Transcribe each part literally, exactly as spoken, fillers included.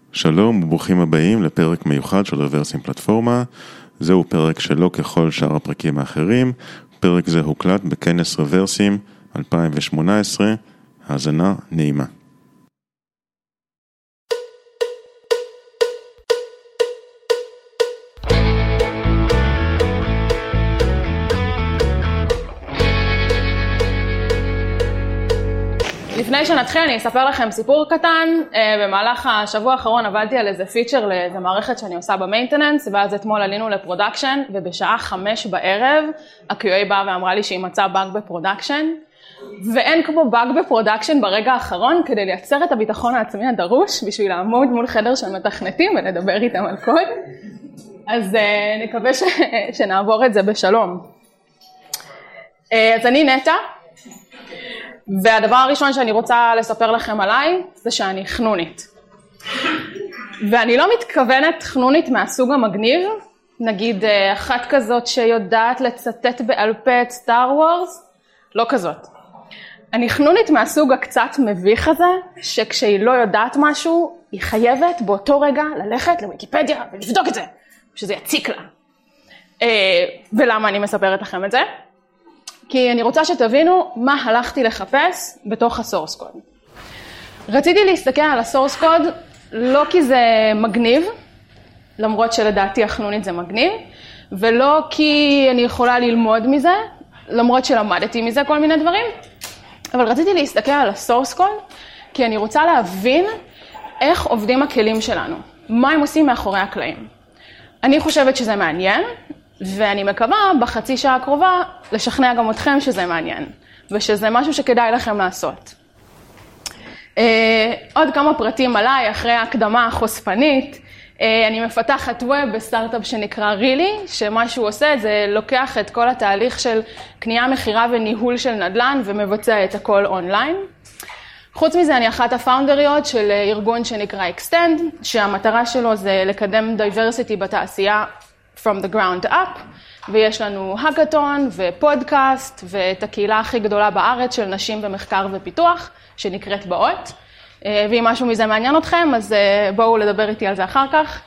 שלום וברוכים הבאים לפרק מיוחד של רוורסים פלטפורמה. זהו פרק שלא ככל שאר הפרקים האחרים. פרק זה הוקלט בכנס רוורסים אלפיים שמונה עשרה. האזנה נעימה. לפני שנתחיל אני אספר לכם סיפור קטן. במהלך השבוע האחרון עבדתי על איזה פיצ'ר לאיזה מערכת שאני עושה במיינטננס, ואז אתמול עלינו לפרודקשן, ובשעה חמש בערב ה-Q A באה ואמרה לי שהיא מצאה באג בפרודקשן, ואין כמו באג בפרודקשן ברגע האחרון כדי לייצר את הביטחון העצמי הדרוש בשביל לעמוד מול חדר של מתכנתים ולדבר איתם על קוד. אז נקווה ש... שנעבור את זה בשלום. אז אני נטע, והדבר הראשון שאני רוצה לספר לכם עליי זה שאני חנונית. ואני לא מתכוונת חנונית מהסוג המגניב, נגיד אחת כזאת שיודעת לצטט בעל פה את סטאר וורס, לא כזאת. אני חנונית מהסוג הקצת מביך הזה, שכשהיא לא יודעת משהו, היא חייבת באותו רגע ללכת לוויקיפדיה ולבדוק את זה, שזה יציק לה. ולמה אני מספרת לכם את זה? כי אני רוצה שתבינו מה הלכתי לחפש בתוך הסורס קוד. רציתי להסתכל על הסורס קוד לא כי זה מגניב, למרות שלדעתי החנונית זה מגניב, ולא כי אני יכולה ללמוד מזה, למרות שלמדתי מזה כל מיני דברים, אבל רציתי להסתכל על הסורס קוד כי אני רוצה להבין איך עובדים הכלים שלנו, מה הם עושים מאחורי הקלעים. אני חושבת שזה מעניין, ואני מקווה בחצי שעה הקרובה לשכנע גם אתכם שזה מעניין, ושזה משהו שכדאי לכם לעשות. עוד כמה פרטים עליי, אחרי ההקדמה החושפנית, אני מפתחת ווב בסטארט-אפ שנקרא רילי, שמה שהוא עושה זה לוקח את כל התהליך של קנייה, מחירה וניהול של נדל"ן, ומבצע את הכל אונליין. חוץ מזה אני אחת הפאונדריות של ארגון שנקרא Extend, שהמטרה שלו זה לקדם דייברסיטי בתעשייה, from the ground up, ויש לנו האקתון ופודקאסט ואת הקהילה הכי גדולה בארץ של נשים במחקר ופיתוח שנקראת באות. ואם משהו מזה מעניין אתכם, אז בואו לדבר איתי על זה אחר כך.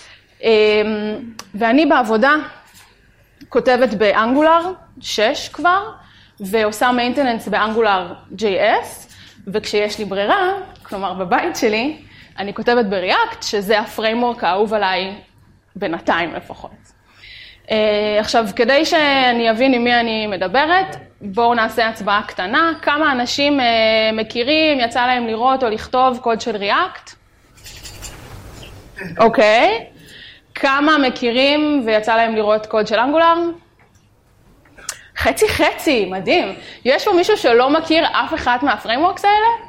ואני בעבודה כותבת באנגולר שש כבר, ועושה מיינטננס באנגולר ג'יי אס, וכשיש לי ברירה, כלומר בבית שלי, אני כותבת בריאקט, שזה הפריימורק האהוב עליי בינתיים לפחות. Uh, עכשיו, כדי שאני אבין עם מי אני מדברת, בואו נעשה הצבעה קטנה. כמה אנשים uh, מכירים, יצא להם לראות או לכתוב קוד של React? אוקיי. Okay. כמה מכירים ויצא להם לראות קוד של Angular? חצי חצי, מדהים. יש פה מישהו שלא מכיר אף אחד מהפריימוורקס האלה?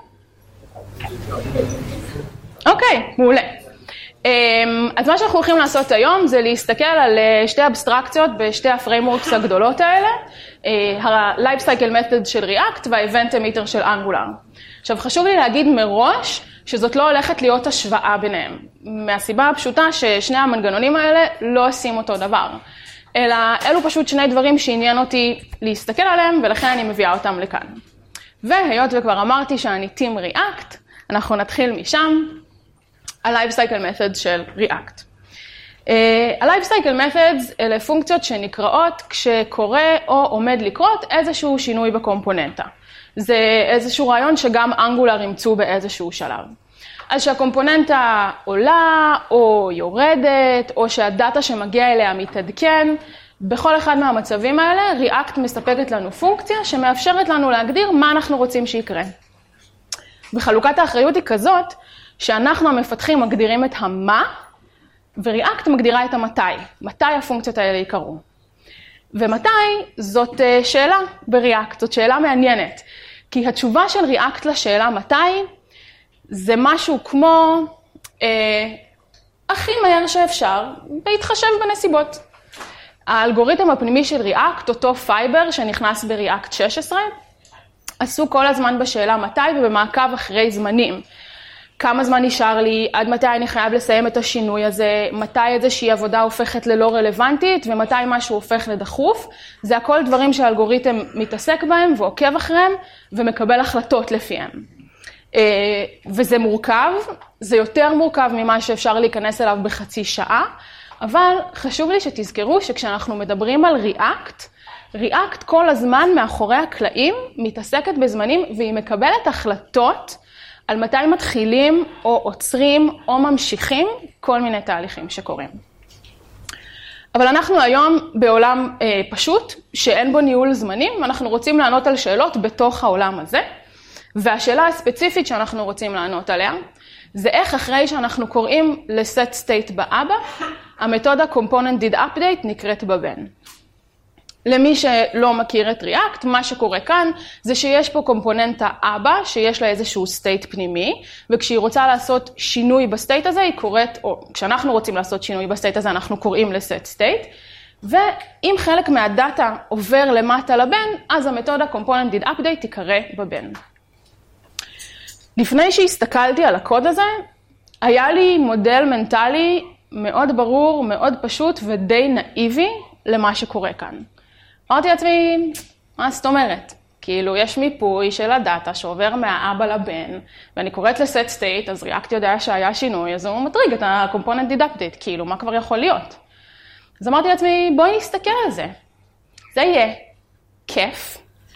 אוקיי, okay, מעולה. אז מה שאנחנו הולכים לעשות היום זה להסתכל על שתי אבסטרקציות בשתי הפריימוורקס הגדולות האלה, ה-Life Cycle Method של React וה-Event Emitter של Angular. עכשיו חשוב לי להגיד מראש שזאת לא הולכת להיות השוואה ביניהם, מהסיבה הפשוטה ששני המנגנונים האלה לא עושים אותו דבר, אלא אלו פשוט שני דברים שעניין אותי להסתכל עליהם ולכן אני מביאה אותם לכאן. והיות וכבר אמרתי שאני Team React, אנחנו נתחיל משם. ה-Life Cycle Methods של React. ה-Life Cycle Methods אלה פונקציות שנקראות כשקורה או עומד לקרות איזשהו שינוי בקומפוננטה. זה איזשהו רעיון שגם Angular ימצאו באיזשהו שלב. אז שהקומפוננטה עולה או יורדת, או שהדאטה שמגיע אליה מתעדכן, בכל אחד מהמצבים האלה, React מספקת לנו פונקציה שמאפשרת לנו להגדיר מה אנחנו רוצים שיקרה. וחלוקת האחריות היא כזאת, שאנחנו המפתחים מגדירים את המה, וריאקט מגדירה את המתי, מתי הפונקציות האלה יקרו. ומתי זאת שאלה בריאקט, זאת שאלה מעניינת, כי התשובה של ריאקט לשאלה מתי, זה משהו כמו אה, הכי מהר שאפשר, בהתחשב בנסיבות. האלגוריתם הפנימי של ריאקט, אותו פייבר שנכנס בריאקט שש עשרה, עשו כל הזמן בשאלה מתי ובמעקב אחרי זמנים. כמה זמן נשאר לי, עד מתי אני חייב לסיים את השינוי הזה, מתי איזושהי עבודה הופכת ללא רלוונטית, ומתי משהו הופך לדחוף. זה הכל דברים שהאלגוריתם מתעסק בהם ועוקב אחריהם, ומקבל החלטות לפיהם. וזה מורכב, זה יותר מורכב ממה שאפשר להיכנס אליו בחצי שעה, אבל חשוב לי שתזכרו שכשאנחנו מדברים על React, React כל הזמן מאחורי הקלעים מתעסקת בזמנים, והיא מקבלת החלטות על מתי מתחילים או עוצרים או ממשיכים כל מיני תהליכים שקורים. אבל אנחנו היום בעולם אה, פשוט, שאין בו ניהול זמנים, ואנחנו רוצים לענות על שאלות בתוך העולם הזה, והשאלה הספציפית שאנחנו רוצים לענות עליה, זה איך אחרי שאנחנו קוראים ל-set state באבא, המתודה component did update נקראת בבן. למי שלא מכיר את React, מה שקורה כאן זה שיש פה קומפוננטה אבא, שיש לה איזשהו state פנימי, וכשהיא רוצה לעשות שינוי בסטייט הזה, היא קוראת, או כשאנחנו רוצים לעשות שינוי בסטייט הזה, אנחנו קוראים ל-set state, ואם חלק מהדאטה עובר למטה לבן, אז המתודה component did update תיקרא בבן. לפני שהסתכלתי על הקוד הזה, היה לי מודל מנטלי מאוד ברור, מאוד פשוט ודי נאיבי למה שקורה כאן. אמרתי לעצמי, מה זאת אומרת? כאילו, יש מיפוי של הדאטה שעובר מהאבא לבן, ואני קוראת ל-set state, אז React יודע שהיה שינוי, אז הוא מטריג את ה-component did update, כאילו, מה כבר יכול להיות? אז אמרתי לעצמי, בואי נסתכל על זה. זה יהיה כיף.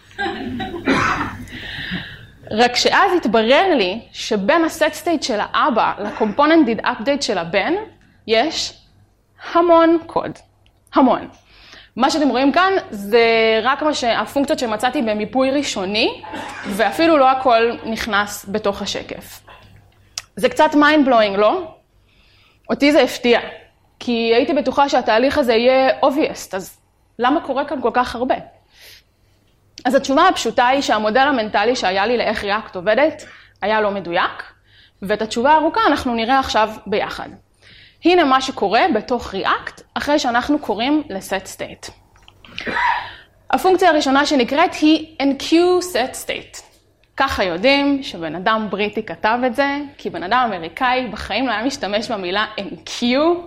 רק שאז התברר לי שבין ה-set state של האבא ל-component did update של הבן, יש המון קוד. המון. מה שאתם רואים כאן זה רק מה שהפונקציות שמצאתי במיפוי ראשוני, ואפילו לא הכל נכנס בתוך השקף. זה קצת mind blowing, לא? אותי זה הפתיע, כי הייתי בטוחה שהתהליך הזה יהיה obvious, אז למה קורה כאן כל כך הרבה? אז התשובה הפשוטה היא שהמודל המנטלי שהיה לי לאיך React עובדת היה לא מדויק, ואת התשובה הארוכה אנחנו נראה עכשיו ביחד. הנה מה שקורה בתוך React אחרי שאנחנו קוראים ל-set state. הפונקציה הראשונה שנקראת היא enqueue-set state. ככה יודעים שבן אדם בריטי כתב את זה, כי בן אדם אמריקאי בחיים לא היה משתמש במילה enqueue.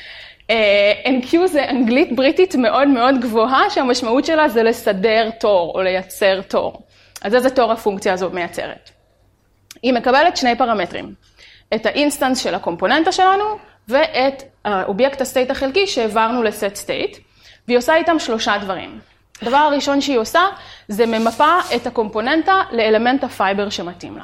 enqueue זה אנגלית בריטית מאוד מאוד גבוהה, שהמשמעות שלה זה לסדר תור או לייצר תור. אז איזה תור הפונקציה הזו מייצרת? היא מקבלת שני פרמטרים. את האינסטנס של הקומפוננטה שלנו, ואת האובייקט הסטייט החלקי שהעברנו ל-set state, והיא עושה איתם שלושה דברים. הדבר הראשון שהיא עושה, זה ממפה את הקומפוננטה לאלמנט הפייבר שמתאים לה.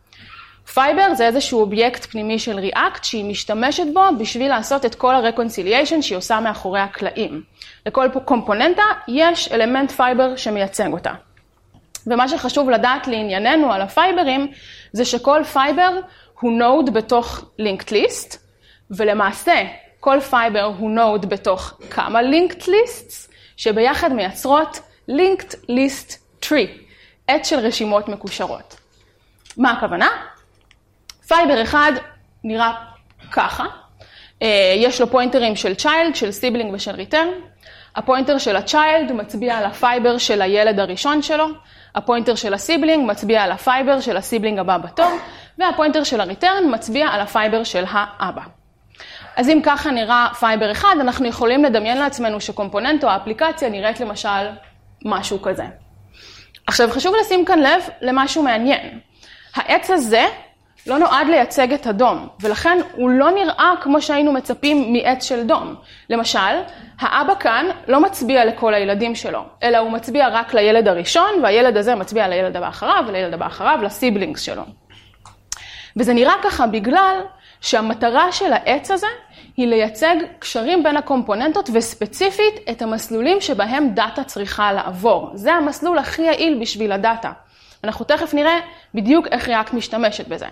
פייבר זה איזשהו אובייקט פנימי של React, שהיא משתמשת בו בשביל לעשות את כל הרקונסיליאשן שהיא עושה מאחורי הקלעים. לכל קומפוננטה יש אלמנט פייבר שמייצג אותה. ומה שחשוב לדעת לענייננו על הפייברים, זה שכל פייבר הוא נוד בתוך linked list, ולמעשה כל פייבר הוא נוד בתוך כמה linked lists, שביחד מייצרות linked list tree, עץ של רשימות מקושרות. מה הכוונה? פייבר אחד נראה ככה, יש לו פוינטרים של child, של sibling ושל return, הפוינטר של ה-child מצביע על הפייבר של הילד הראשון שלו, הפוינטר של הסיבלינג מצביע על הפייבר של הסיבלינג הבא בתור, והפוינטר של הריטרן מצביע על הפייבר של האבא. אז אם ככה נראה פייבר אחד, אנחנו יכולים לדמיין לעצמנו שקומפוננט או האפליקציה נראית למשל משהו כזה. עכשיו חשוב לשים כאן לב למשהו מעניין. העץ הזה לא נועד לייצג את הדום, ולכן הוא לא נראה כמו שהיינו מצפים מעץ של דום. למשל, האבא כאן לא מצביע לכל הילדים שלו, אלא הוא מצביע רק לילד הראשון, והילד הזה מצביע לילד הבא אחריו, ולילד הבא אחריו, לסיבלינגס שלו. וזה נראה ככה בגלל שהמטרה של העץ הזה היא לייצג קשרים בין הקומפוננטות, וספציפית את המסלולים שבהם דאטה צריכה לעבור. זה המסלול הכי יעיל בשביל הדאטה. אנחנו תכף נראה בדיוק איך React משתמשת בזה.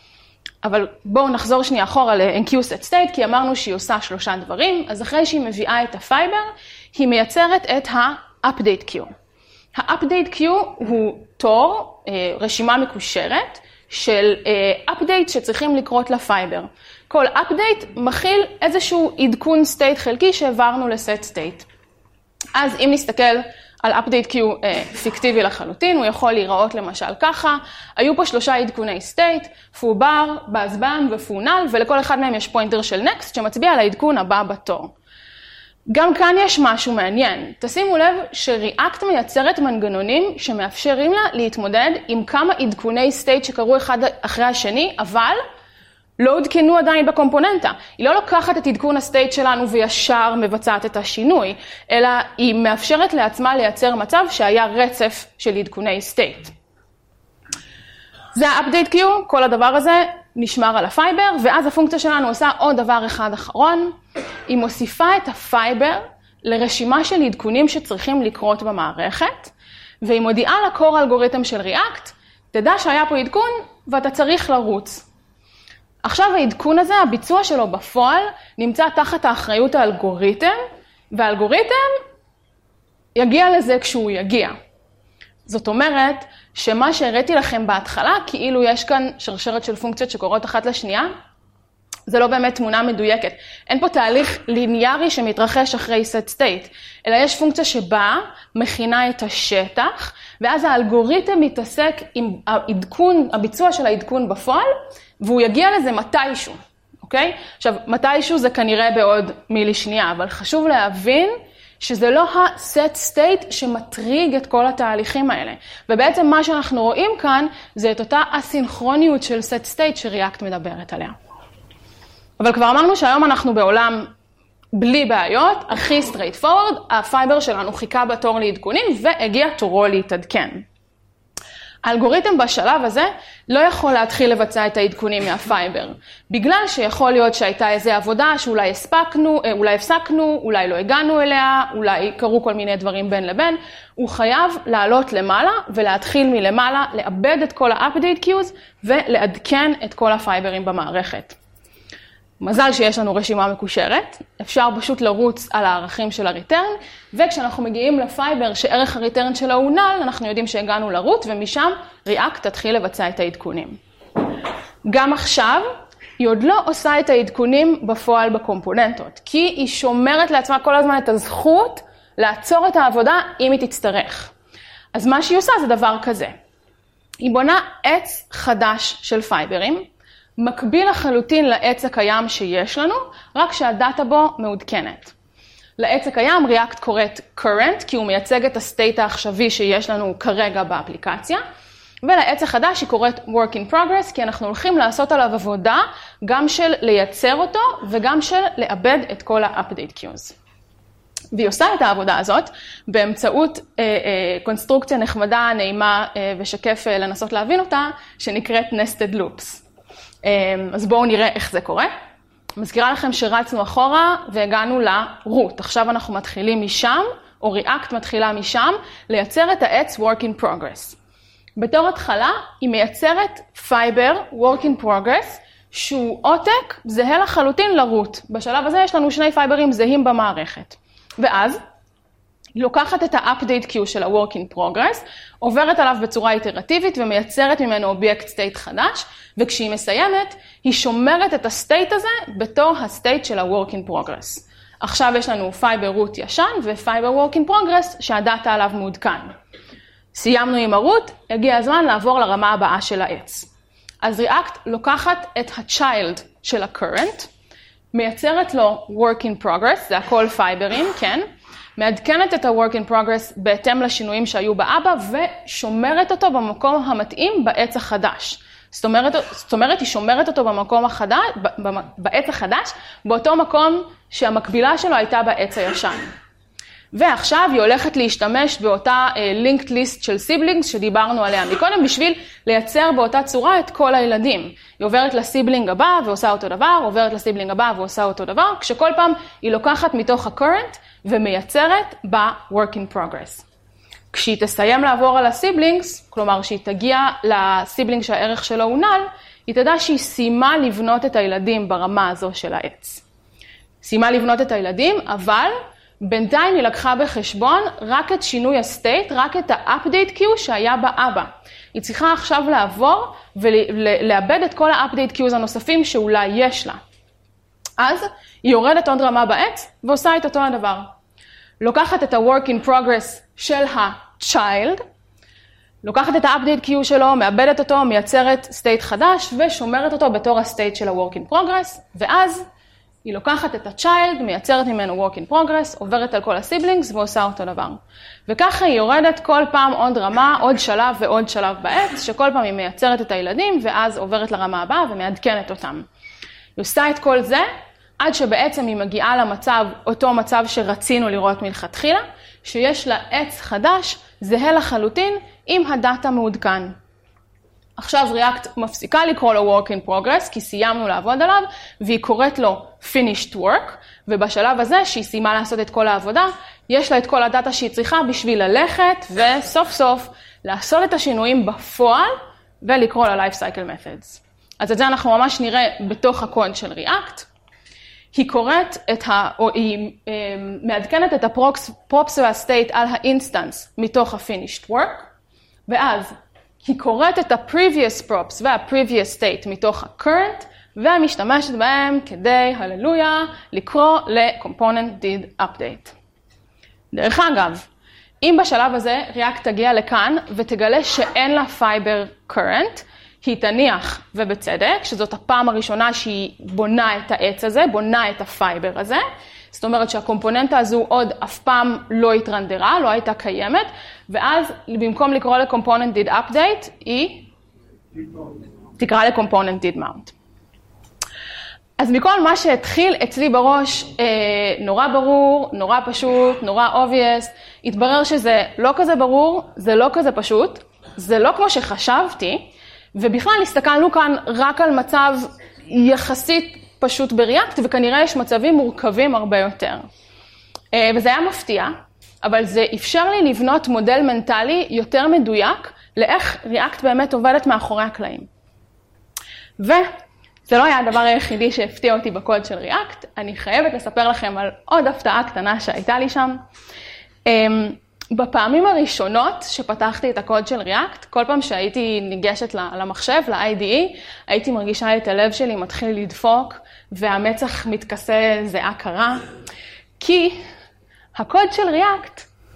אבל בואו נחזור שנייה אחורה ל-enqueue-set state, כי אמרנו שהיא עושה שלושה דברים, אז אחרי שהיא מביאה את הפייבר, היא מייצרת את ה-update queue. ה-update queue הוא תור, רשימה מקושרת, של update שצריכים לקרות לפייבר. כל update מכיל איזשהו עדכון state חלקי שהעברנו ל-set state. אז אם נסתכל על update queue פיקטיבי לחלוטין, הוא יכול להיראות למשל ככה. היו פה שלושה עדכוני state, פובר, בזבן ופונל, ולכל אחד מהם יש פוינטר של next שמצביע על העדכון הבא בתור. גם כאן יש משהו מעניין. תשימו לב שריאקט מייצרת מנגנונים שמאפשרים לה להתמודד עם כמה עדכוני state שקרו אחד אחרי השני, אבל לא עודכנו עדיין בקומפוננטה. היא לא לוקחת את עדכון הסטייט שלנו וישר מבצעת את השינוי, אלא היא מאפשרת לעצמה לייצר מצב שהיה רצף של עדכוני state. זה ה-update queue, כל הדבר הזה נשמר על הפייבר, ואז הפונקציה שלנו עושה עוד דבר אחד אחרון, היא מוסיפה את הפייבר לרשימה של עדכונים שצריכים לקרות במערכת, והיא מודיעה לקור אלגוריתם של React, תדע שהיה פה עדכון ואתה צריך לרוץ. עכשיו העדכון הזה, הביצוע שלו בפועל, נמצא תחת האחריות האלגוריתם, והאלגוריתם יגיע לזה כשהוא יגיע. זאת אומרת, שמה שהראיתי לכם בהתחלה, כאילו יש כאן שרשרת של פונקציות שקורות אחת לשנייה, זה לא באמת תמונה מדויקת. אין פה תהליך ליניארי שמתרחש אחרי set state, אלא יש פונקציה שבאה, מכינה את השטח, ואז האלגוריתם מתעסק עם העדכון, הביצוע של העדכון בפועל, והוא יגיע לזה מתישהו, אוקיי? עכשיו, מתישהו זה כנראה בעוד מילי שנייה, אבל חשוב להבין שזה לא ה-set state שמטריג את כל התהליכים האלה. ובעצם מה שאנחנו רואים כאן, זה את אותה הסינכרוניות של set state שריאקט מדברת עליה. אבל כבר אמרנו שהיום אנחנו בעולם בלי בעיות, הכי straight forward, הפייבר שלנו חיכה בתור לעדכונים, והגיע תורו להתעדכן. האלגוריתם בשלב הזה לא יכול להתחיל לבצע את העדכונים מהפייבר, בגלל שיכול להיות שהייתה איזו עבודה שאולי הספקנו, אולי הפסקנו, אולי לא הגענו אליה, אולי קרו כל מיני דברים בין לבין, הוא חייב לעלות למעלה ולהתחיל מלמעלה, לאבד את כל ה-update queues ולעדכן את כל הפייברים במערכת. מזל שיש לנו רשימה מקושרת, אפשר פשוט לרוץ על הערכים של הריטרן, וכשאנחנו מגיעים לפייבר שערך הריטרן שלו הוא נל, אנחנו יודעים שהגענו לרוט, ומשם React תתחיל לבצע את העדכונים. גם עכשיו, היא עוד לא עושה את העדכונים בפועל בקומפוננטות, כי היא שומרת לעצמה כל הזמן את הזכות לעצור את העבודה אם היא תצטרך. אז מה שהיא עושה זה דבר כזה. היא בונה עץ חדש של פייברים, מקביל לחלוטין לעץ הקיים שיש לנו, רק שהדאטה בו מעודכנת. לעץ הקיים React קוראת current, כי הוא מייצג את הסטייט העכשווי שיש לנו כרגע באפליקציה, ולעץ החדש היא קוראת work in progress, כי אנחנו הולכים לעשות עליו עבודה, גם של לייצר אותו, וגם של לאבד את כל ה-update queues. והיא עושה את העבודה הזאת באמצעות אה, אה, קונסטרוקציה נחמדה, נעימה אה, ושקף אה, לנסות להבין אותה, שנקראת nested loops. אז בואו נראה איך זה קורה. מזכירה לכם שרצנו אחורה והגענו לרוט. עכשיו אנחנו מתחילים משם, או React מתחילה משם, לייצר את העץ work in progress. בתור התחלה היא מייצרת fiber work in progress, שהוא עותק זהה לחלוטין לרוט. בשלב הזה יש לנו שני פייברים זהים במערכת. ואז היא לוקחת את ה-update queue של ה-work in progress, עוברת עליו בצורה איטרטיבית ומייצרת ממנו אובייקט state חדש, וכשהיא מסיימת, היא שומרת את הסטייט הזה בתור הסטייט של ה-work in progress. עכשיו יש לנו fiber root ישן ו-fiber work in progress שהדאטה עליו מעודכן. סיימנו עם הרוט, הגיע הזמן לעבור לרמה הבאה של העץ. אז React לוקחת את ה-child של ה-current, מייצרת לו work in progress, זה הכל פייברים, כן? מעדכנת את ה-work in progress בהתאם לשינויים שהיו באבא, ושומרת אותו במקום המתאים בעץ החדש. זאת אומרת, זאת אומרת, היא שומרת אותו במקום החדש, בעץ החדש, באותו מקום שהמקבילה שלו הייתה בעץ הישן. ועכשיו היא הולכת להשתמש באותה linked list של siblings שדיברנו עליה מקודם, בשביל לייצר באותה צורה את כל הילדים. היא עוברת לסיבלינג הבא ועושה אותו דבר, עוברת לסיבלינג הבא ועושה אותו דבר, כשכל פעם היא לוקחת מתוך ה-current ומייצרת ב-work in progress. כשהיא תסיים לעבור על הסיבלינגס, כלומר שהיא תגיע לסיבלינג שהערך שלו הוא נל, היא תדע שהיא סיימה לבנות את הילדים ברמה הזו של העץ. סיימה לבנות את הילדים, אבל בינתיים היא לקחה בחשבון רק את שינוי הסטייט, רק את ה-update queue שהיה באבא. היא צריכה עכשיו לעבור ולאבד את כל ה-update queues הנוספים שאולי יש לה. אז היא יורדת עוד רמה בעץ ועושה את אותו הדבר. לוקחת את ה-work in progress של ה-child, לוקחת את ה-update queue שלו, מאבדת אותו, מייצרת state חדש ושומרת אותו בתור ה-state של ה-work in progress, ואז היא לוקחת את ה-child, מייצרת ממנו work in progress, עוברת על כל ה-siblings ועושה אותו דבר. וככה היא יורדת כל פעם עוד רמה, עוד שלב ועוד שלב בעץ, שכל פעם היא מייצרת את הילדים, ואז עוברת לרמה הבאה ומעדכנת אותם. היא עושה את כל זה, עד שבעצם היא מגיעה למצב, אותו מצב שרצינו לראות מלכתחילה, שיש לה עץ חדש, זהה לחלוטין, עם הדאטה מעודכן. עכשיו React מפסיקה לקרוא לו work in progress, כי סיימנו לעבוד עליו, והיא קוראת לו finished work, ובשלב הזה, שהיא סיימה לעשות את כל העבודה, יש לה את כל הדאטה שהיא צריכה בשביל ללכת, וסוף סוף לעשות את השינויים בפועל, ולקרוא ל-life cycle methods. אז את זה אנחנו ממש נראה בתוך הקוד של React. היא קוראת את ה... או היא אה, מעדכנת את ה-props וה-state על האינסטנס מתוך ה-finished work, ואז היא קוראת את ה-previous props וה-previous state מתוך ה-current, ומשתמשת בהם כדי, הללויה, לקרוא ל-component did update. דרך אגב, אם בשלב הזה React תגיע לכאן ותגלה שאין לה fiber current, היא תניח, ובצדק, שזאת הפעם הראשונה שהיא בונה את העץ הזה, בונה את הפייבר הזה. זאת אומרת שהקומפוננטה הזו עוד אף פעם לא התרנדרה, לא הייתה קיימת, ואז במקום לקרוא ל-component did update, היא תקרא ל-component did mount. אז מכל מה שהתחיל אצלי בראש, אה, נורא ברור, נורא פשוט, נורא obvious, התברר שזה לא כזה ברור, זה לא כזה פשוט, זה לא כמו שחשבתי, ובכלל הסתכלנו כאן רק על מצב יחסית פשוט בריאקט, וכנראה יש מצבים מורכבים הרבה יותר. וזה היה מפתיע, אבל זה אפשר לי לבנות מודל מנטלי יותר מדויק, לאיך ריאקט באמת עובדת מאחורי הקלעים. וזה לא היה הדבר היחידי שהפתיע אותי בקוד של ריאקט, אני חייבת לספר לכם על עוד הפתעה קטנה שהייתה לי שם. בפעמים הראשונות שפתחתי את הקוד של React, כל פעם שהייתי ניגשת למחשב, ל-איי די אי, הייתי מרגישה את הלב שלי מתחיל לדפוק, והמצח מתכסה זיעה קרה, כי הקוד של React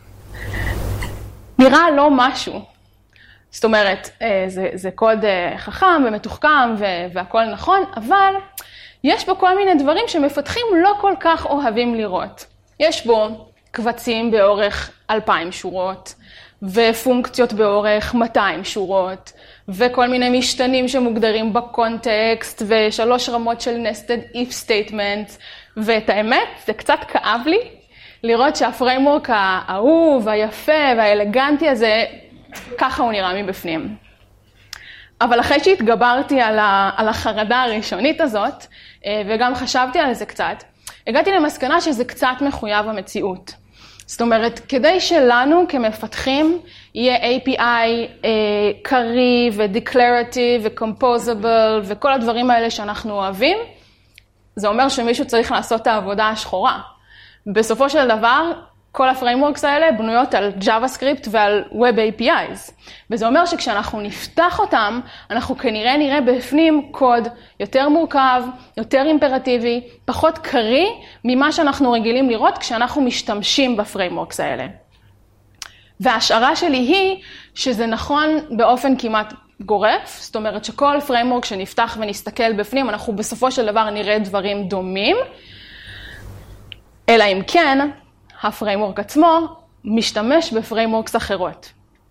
נראה לא משהו. זאת אומרת, זה, זה קוד חכם ומתוחכם והכל נכון, אבל יש בו כל מיני דברים שמפתחים לא כל כך אוהבים לראות. יש בו קבצים באורך אלפיים שורות, ופונקציות באורך מאתיים שורות, וכל מיני משתנים שמוגדרים בקונטקסט, ושלוש רמות של nested if statements, ואת האמת, זה קצת כאב לי, לראות שהפריימורק האהוב, היפה והאלגנטי הזה, ככה הוא נראה מבפנים. אבל אחרי שהתגברתי על, ה, על החרדה הראשונית הזאת, וגם חשבתי על זה קצת, הגעתי למסקנה שזה קצת מחויב המציאות. זאת אומרת, כדי שלנו כמפתחים יהיה איי פי איי קרי ו-declarative ו-composable וכל הדברים האלה שאנחנו אוהבים, זה אומר שמישהו צריך לעשות את העבודה השחורה. בסופו של דבר, כל הפריימורקס האלה בנויות על JavaScript ועל Web איי פי איז. וזה אומר שכשאנחנו נפתח אותם, אנחנו כנראה נראה בפנים קוד יותר מורכב, יותר אימפרטיבי, פחות קרי ממה שאנחנו רגילים לראות כשאנחנו משתמשים בפריימורקס האלה. וההשערה שלי היא שזה נכון באופן כמעט גורף, זאת אומרת שכל פריימורק שנפתח ונסתכל בפנים, אנחנו בסופו של דבר נראה דברים דומים, אלא אם כן, הפריימורק עצמו משתמש בפריימורקס אחרות.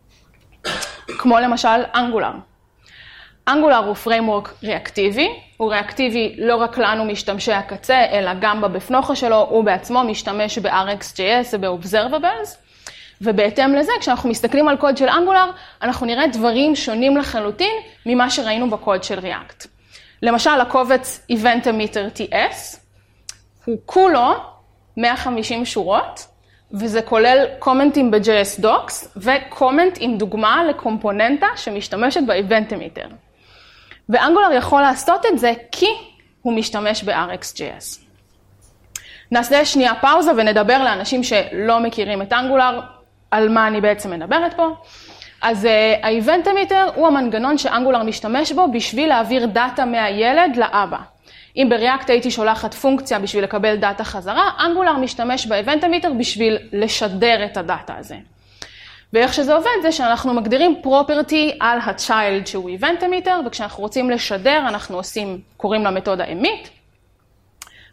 כמו למשל אנגולר. אנגולר הוא פריימורק ריאקטיבי, הוא ריאקטיבי לא רק לנו משתמשי הקצה, אלא גם בבפנוחה שלו, הוא בעצמו משתמש ב-אר אקס ג'יי אס וב-Observables, ובהתאם לזה, כשאנחנו מסתכלים על קוד של אנגולר, אנחנו נראה דברים שונים לחלוטין ממה שראינו בקוד של React. למשל, הקובץ Event Emitter טי אס, הוא כולו מאה וחמישים שורות, וזה כולל קומנטים ב-ג'יי אס Docs, וקומנט עם דוגמה לקומפוננטה שמשתמשת ב-Event Emitter. ואנגולר יכול לעשות את זה כי הוא משתמש ב-אר אקס ג'יי אס. נעשה שנייה פאוזה ונדבר לאנשים שלא מכירים את אנגולר, על מה אני בעצם מדברת פה. אז uh, ה-Event Emitter הוא המנגנון שאנגולר משתמש בו בשביל להעביר דאטה מהילד לאבא. אם בריאקט הייתי שולחת פונקציה בשביל לקבל דאטה חזרה, אנגולר משתמש ב-Event Emitter בשביל לשדר את הדאטה הזה. ואיך שזה עובד זה שאנחנו מגדירים property על ה-child שהוא Event Emitter, וכשאנחנו רוצים לשדר אנחנו עושים, קוראים למתודה emit,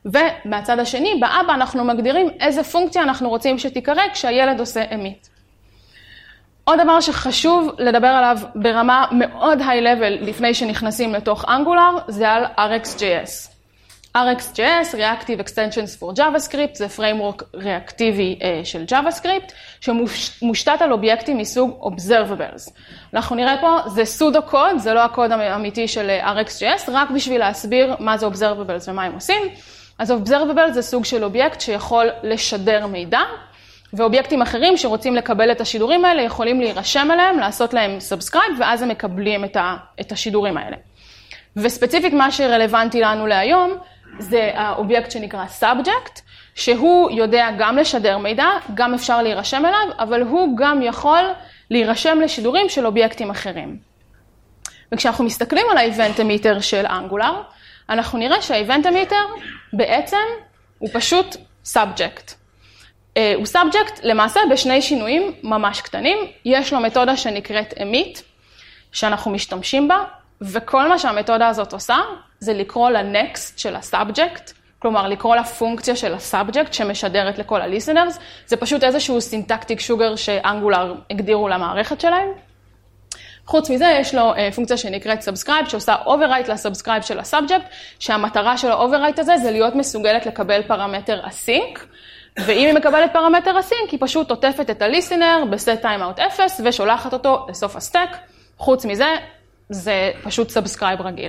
ומהצד השני, באבא אנחנו מגדירים איזה פונקציה אנחנו רוצים שתיקרא כשהילד עושה emit. עוד דבר שחשוב לדבר עליו ברמה מאוד high-level לפני שנכנסים לתוך Angular, זה על אר אקס ג'יי אס. אר אקס ג'יי אס, Reactive Extensions for JavaScript, זה framework ריאקטיבי של JavaScript, שמושתת על אובייקטים מסוג Observables. אנחנו נראה פה, זה סודו קוד, זה לא הקוד האמיתי של אר אקס ג'יי אס, רק בשביל להסביר מה זה Observables ומה הם עושים. אז Observables זה סוג של אובייקט שיכול לשדר מידע, ואובייקטים אחרים שרוצים לקבל את השידורים האלה יכולים להירשם עליהם, לעשות להם subscribe, ואז הם מקבלים את, ה, את השידורים האלה. וספציפית מה שרלוונטי לנו להיום, זה האובייקט שנקרא subject, שהוא יודע גם לשדר מידע, גם אפשר להירשם אליו, אבל הוא גם יכול להירשם לשידורים של אובייקטים אחרים. וכשאנחנו מסתכלים על ה-Event Emitter של Angular, אנחנו נראה שה-Event Emitter בעצם הוא פשוט subject. הוא subject למעשה בשני שינויים ממש קטנים. יש לו מתודה שנקראת emit, שאנחנו משתמשים בה, וכל מה שהמתודה הזאת עושה, זה לקרוא ל-next של ה-subject, כלומר לקרוא לפונקציה של ה-subject שמשדרת לכל ה-listeners. זה פשוט איזשהו syntactic sugar שאנגולר הגדירו למערכת שלהם. חוץ מזה יש לו פונקציה שנקראת subscribe, שעושה overwrite ל-subscribe של ה-subject, שהמטרה של ה-overwrite הזה זה להיות מסוגלת לקבל פרמטר async, ואם היא מקבלת פרמטר async, היא פשוט עוטפת את ה-listener ב-set timeout אפס ושולחת אותו לסוף הסטק. חוץ מזה, זה פשוט subscribe רגיל.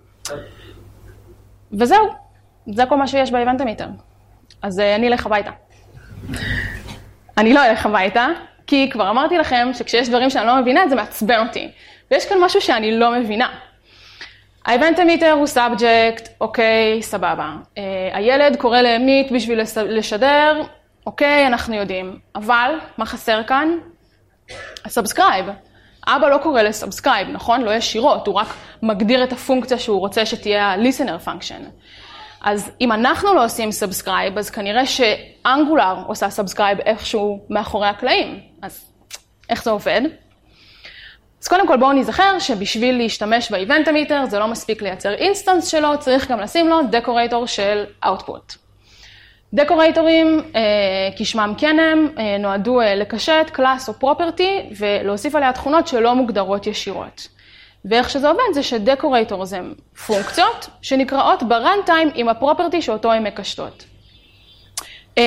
וזהו, זה כל מה שיש ב-Event Emitter. אז אני אלך הביתה. אני לא אלך הביתה, כי כבר אמרתי לכם שכשיש דברים שאני לא מבינה, זה מעצבן אותי. ויש כאן משהו שאני לא מבינה. ה-Event Emitter הוא subject, אוקיי, סבבה. Uh, הילד קורא ל-emit בשביל לשדר, אוקיי, אנחנו יודעים. אבל, מה חסר כאן? ה-subscribe. אבא לא קורא ל-subscribe, נכון? לא ישירות, הוא רק מגדיר את הפונקציה שהוא רוצה שתהיה ה-listener function. אז אם אנחנו לא עושים subscribe, אז כנראה שאנגולר עושה subscribe איכשהו מאחורי הקלעים. אז איך זה עובד? אז קודם כל בואו נזכר שבשביל להשתמש ב-Event Emitter זה לא מספיק לייצר אינסטנס שלו, צריך גם לשים לו דקורייטור של Output. דקורייטורים, אה, כשמם כן הם, אה, נועדו אה, לקשט קלאס או פרופרטי ולהוסיף עליה תכונות שלא מוגדרות ישירות. ואיך שזה עובד זה שדקורייטור זה פונקציות שנקראות ב-runtime עם הפרופרטי שאותו הן מקשטות. אה,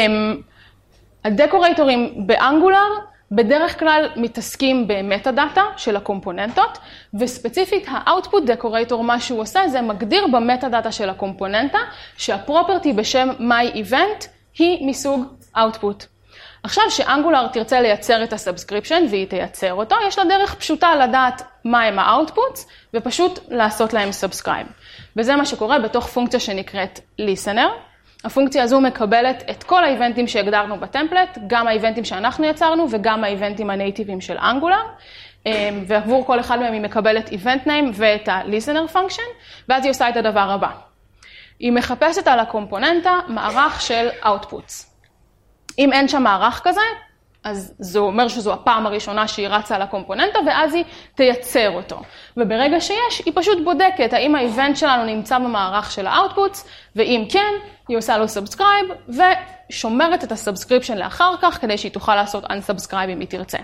הדקורייטורים באנגולר בדרך כלל מתעסקים במטה-דאטה של הקומפוננטות, וספציפית ה-output decorator, מה שהוא עושה, זה מגדיר במטה-דאטה של הקומפוננטה, שהפרופרטי בשם my-event היא מסוג output. עכשיו שאנגולר תרצה לייצר את הסאבסקריפשן, והיא תייצר אותו, יש לה דרך פשוטה לדעת מה הם ה-outputs, ופשוט לעשות להם subscribe. וזה מה שקורה בתוך פונקציה שנקראת listener. הפונקציה הזו מקבלת את כל האיבנטים שהגדרנו בטמפלט, גם האיבנטים שאנחנו יצרנו וגם האיבנטים הנייטיביים של אנגולר, ועבור כל אחד מהם היא מקבלת event name ואת ה-listener function, ואז היא עושה את הדבר הבא. היא מחפשת על הקומפוננטה מערך של outputs. אם אין שם מערך כזה, אז זה אומר שזו הפעם הראשונה שהיא רצה על הקומפוננטה, ואז היא תייצר אותו. וברגע שיש, היא פשוט בודקת האם האיבנט שלנו נמצא במערך של ה-outputs, ואם כן, היא עושה לו subscribe, ושומרת את הסאבסקריפשן לאחר כך, כדי שהיא תוכל לעשות unsubscribe אם היא תרצה.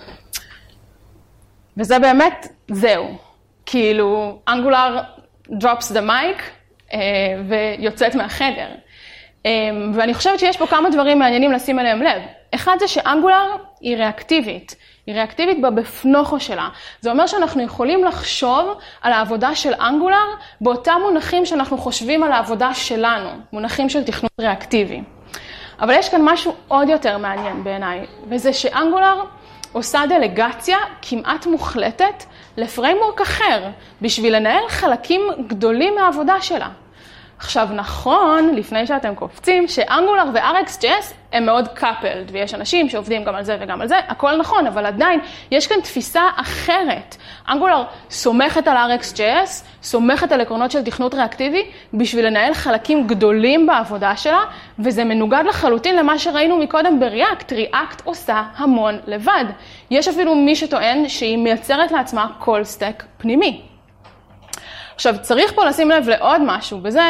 וזה באמת, זהו. כאילו, Angular drops the mic, ויוצאת מהחדר. ואני חושבת שיש פה כמה דברים מעניינים לשים אליהם לב. אחד זה שאנגולר היא ריאקטיבית, היא ריאקטיבית בפנוכו שלה. זה אומר שאנחנו יכולים לחשוב על העבודה של אנגולר באותם מונחים שאנחנו חושבים על העבודה שלנו, מונחים של תכנות ריאקטיבי. אבל יש כאן משהו עוד יותר מעניין בעיניי, וזה שאנגולר עושה דלגציה כמעט מוחלטת לפריימוורק אחר, בשביל לנהל חלקים גדולים מהעבודה שלה. עכשיו נכון, לפני שאתם קופצים, שאנגולר ו-אר אקס ג'יי אס הם מאוד קאפלד, ויש אנשים שעובדים גם על זה וגם על זה, הכל נכון, אבל עדיין יש כאן תפיסה אחרת. אנגולר סומכת על אר אקס ג'יי אס, סומכת על עקרונות של תכנות ריאקטיבי, בשביל לנהל חלקים גדולים בעבודה שלה, וזה מנוגד לחלוטין למה שראינו מקודם בריאקט. ריאקט עושה המון לבד. יש אפילו מי שטוען שהיא מייצרת לעצמה כל סטק פנימי. עכשיו, צריך פה לשים לב לעוד משהו, וזה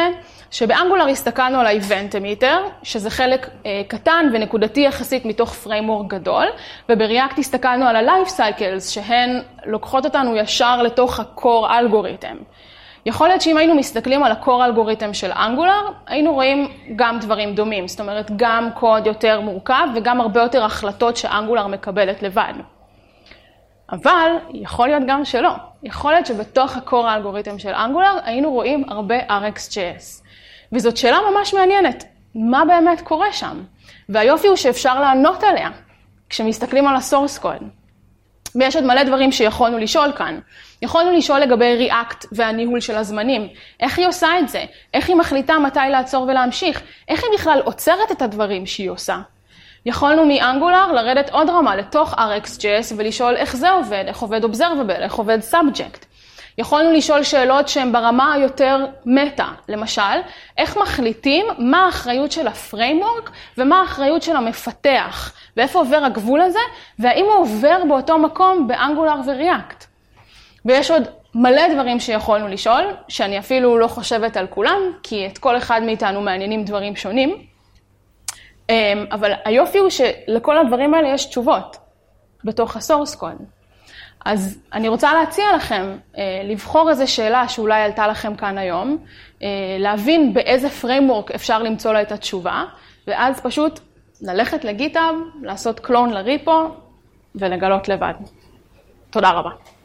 שבאנגולר הסתכלנו על ה-Event Emitter, שזה חלק אה, קטן ונקודתי יחסית מתוך פריימוורק גדול, ובריאקט הסתכלנו על ה-Life Cycles, שהן לוקחות אותנו ישר לתוך ה-Core Algorithm. יכול להיות שאם היינו מסתכלים על ה-Core Algorithm של אנגולר, היינו רואים גם דברים דומים, זאת אומרת גם קוד יותר מורכב וגם הרבה יותר החלטות שאנגולר מקבלת לבד. אבל יכול להיות גם שלא. יכול להיות שבתוך ה-Core Algorithm של אנגולר היינו רואים הרבה אר אקס ג'יי אס. וזאת שאלה ממש מעניינת. מה באמת קורה שם? והיופי הוא שאפשר לענות עליה כשמסתכלים על ה-Source Code. ויש עוד מלא דברים שיכולנו לשאול כאן. יכולנו לשאול לגבי React והניהול של הזמנים. איך היא עושה את זה? איך היא מחליטה מתי לעצור ולהמשיך? איך היא בכלל עוצרת את הדברים שהיא עושה? יכולנו מאנגולר לרדת עוד רמה לתוך אר אקס ג'יי אס ולשאול איך זה עובד, איך עובד Observable, איך עובד Subject. יכולנו לשאול שאלות שהן ברמה היותר מטה, למשל, איך מחליטים מה האחריות של הפריימוורק ומה האחריות של המפתח, ואיפה עובר הגבול הזה, והאם הוא עובר באותו מקום באנגולר וריאקט. ויש עוד מלא דברים שיכולנו לשאול, שאני אפילו לא חושבת על כולם, כי את כל אחד מאיתנו מעניינים דברים שונים, אבל היופי הוא שלכל הדברים האלה יש תשובות בתוך ה-source code. אז אני רוצה להציע לכם לבחור איזו שאלה שאולי עלתה לכם כאן היום, להבין באיזה framework אפשר למצוא לה את התשובה, ואז פשוט ללכת לגיטהאב, לעשות קלון לריפו ולגלות לבד. תודה רבה.